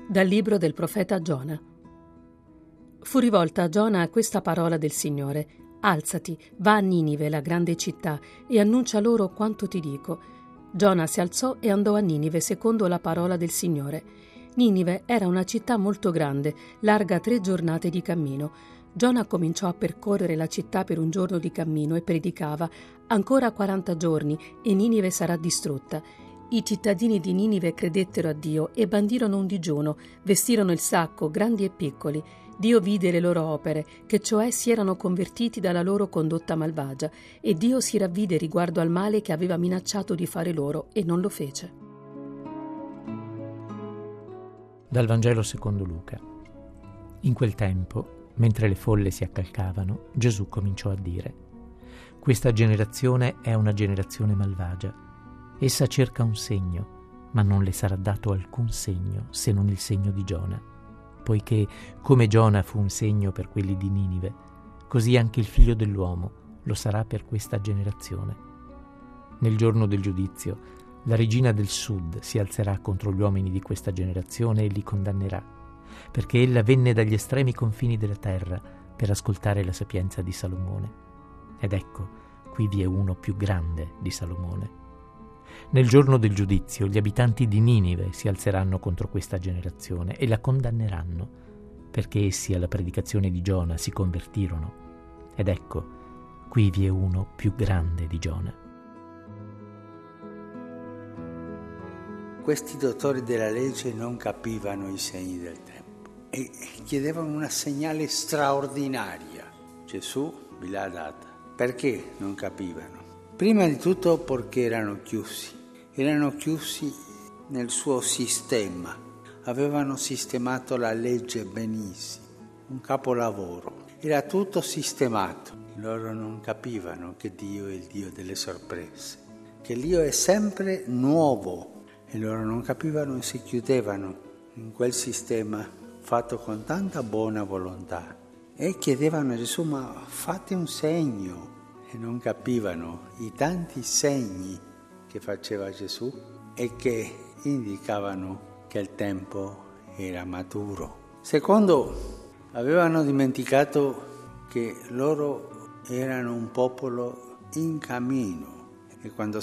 Dal libro del profeta Giona. Fu rivolta a Giona questa parola del Signore: Alzati, va a Ninive, la grande città, e annuncia loro quanto ti dico. Giona si alzò e andò a Ninive secondo la parola del Signore. Ninive era una città molto grande, larga 3 giornate di cammino. Giona cominciò a percorrere la città per un giorno di cammino e predicava: ancora 40 giorni e Ninive sarà distrutta. I cittadini di Ninive credettero a Dio e bandirono un digiuno, vestirono il sacco, grandi e piccoli. Dio vide le loro opere, che cioè si erano convertiti dalla loro condotta malvagia, e Dio si ravvide riguardo al male che aveva minacciato di fare loro e non lo fece. Dal Vangelo secondo Luca. In quel tempo, mentre le folle si accalcavano, Gesù cominciò a dire: questa generazione è una generazione malvagia. Essa cerca un segno, ma non le sarà dato alcun segno se non il segno di Giona. Poiché, come Giona fu un segno per quelli di Ninive, così anche il Figlio dell'uomo lo sarà per questa generazione. Nel giorno del giudizio, la regina del sud si alzerà contro gli uomini di questa generazione e li condannerà, perché ella venne dagli estremi confini della terra per ascoltare la sapienza di Salomone. Ed ecco, qui vi è uno più grande di Salomone. Nel giorno del giudizio gli abitanti di Ninive si alzeranno contro questa generazione e la condanneranno, perché essi alla predicazione di Giona si convertirono. Ed ecco, qui vi è uno più grande di Giona. Questi dottori della legge non capivano i segni del tempo e chiedevano una segnale straordinaria. Gesù vi l'ha data. Perché non capivano? Prima di tutto perché erano chiusi nel suo sistema, avevano sistemato la legge benissimo, un capolavoro, era tutto sistemato. Loro non capivano che Dio è il Dio delle sorprese, che Dio è sempre nuovo, e loro non capivano e si chiudevano in quel sistema fatto con tanta buona volontà e chiedevano a Gesù: ma fate un segno. E non capivano i tanti segni che faceva Gesù e che indicavano che il tempo era maturo. Secondo, avevano dimenticato che loro erano un popolo in cammino e quando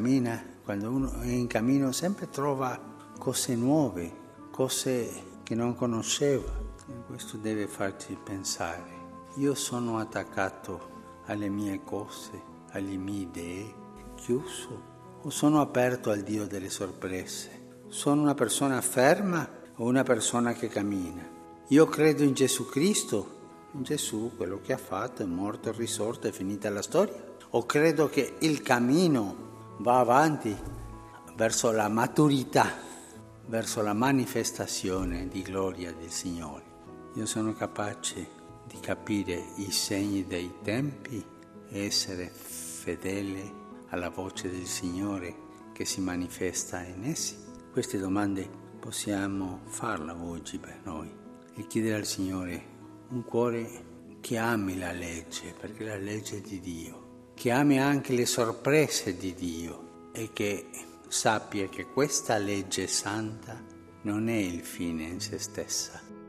uno è in cammino sempre trova cose nuove, cose che non conosceva. E questo deve farci pensare: io sono attaccato alle mie cose, alle mie idee, chiuso, o sono aperto al Dio delle sorprese? Sono una persona ferma o una persona che cammina? Io credo in Gesù Cristo, in Gesù, quello che ha fatto, è morto, è risorto, è finita la storia? O credo che il cammino va avanti verso la maturità, verso la manifestazione di gloria del Signore? Io sono capace di capire i segni dei tempi e essere fedele alla voce del Signore che si manifesta in essi? Queste domande possiamo farle oggi per noi e chiedere al Signore un cuore che ami la legge, perché la legge è di Dio, che ami anche le sorprese di Dio e che sappia che questa legge santa non è il fine in se stessa,